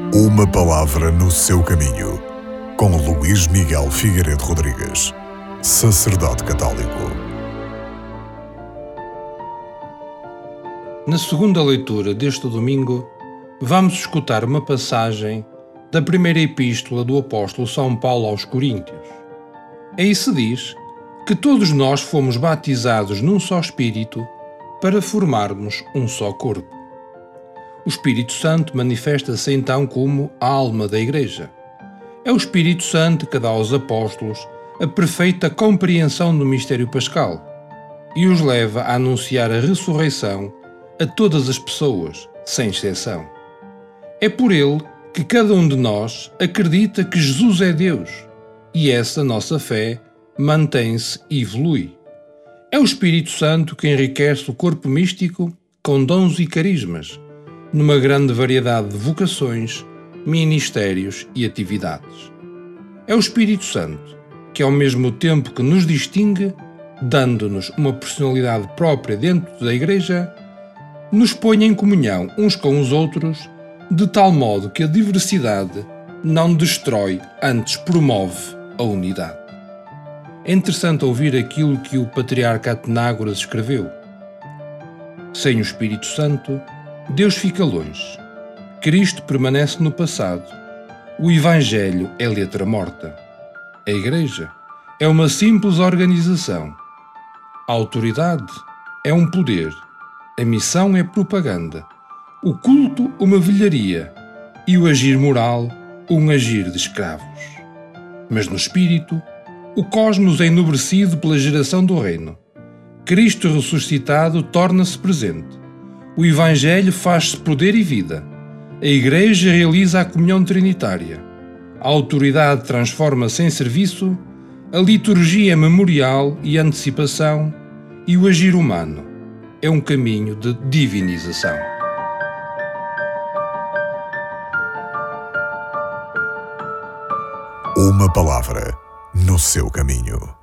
Uma palavra no seu caminho, com Luís Miguel Figueiredo Rodrigues, sacerdote católico. Na segunda leitura deste domingo, vamos escutar uma passagem da primeira epístola do apóstolo São Paulo aos Coríntios. Aí se diz que todos nós fomos batizados num só Espírito para formarmos um só corpo. O Espírito Santo manifesta-se então como a alma da Igreja. É o Espírito Santo que dá aos apóstolos a perfeita compreensão do mistério pascal e os leva a anunciar a ressurreição a todas as pessoas, sem exceção. É por ele que cada um de nós acredita que Jesus é Deus e essa nossa fé mantém-se e evolui. É o Espírito Santo que enriquece o corpo místico com dons e carismas, numa grande variedade de vocações, ministérios e atividades. É o Espírito Santo que, ao mesmo tempo que nos distingue, dando-nos uma personalidade própria dentro da Igreja, nos põe em comunhão uns com os outros, de tal modo que a diversidade não destrói, antes promove a unidade. É interessante ouvir aquilo que o patriarca Atenágoras escreveu. Sem o Espírito Santo, Deus fica longe. Cristo permanece no passado. O Evangelho é letra morta. A Igreja é uma simples organização. A autoridade é um poder. A missão é propaganda. O culto, uma velharia. E o agir moral, um agir de escravos. Mas no Espírito, o cosmos é enobrecido pela geração do reino. Cristo ressuscitado torna-se presente. O Evangelho faz-se poder e vida. A Igreja realiza a comunhão trinitária. A autoridade transforma-se em serviço. A liturgia é memorial e antecipação. E o agir humano é um caminho de divinização. Uma palavra no seu caminho.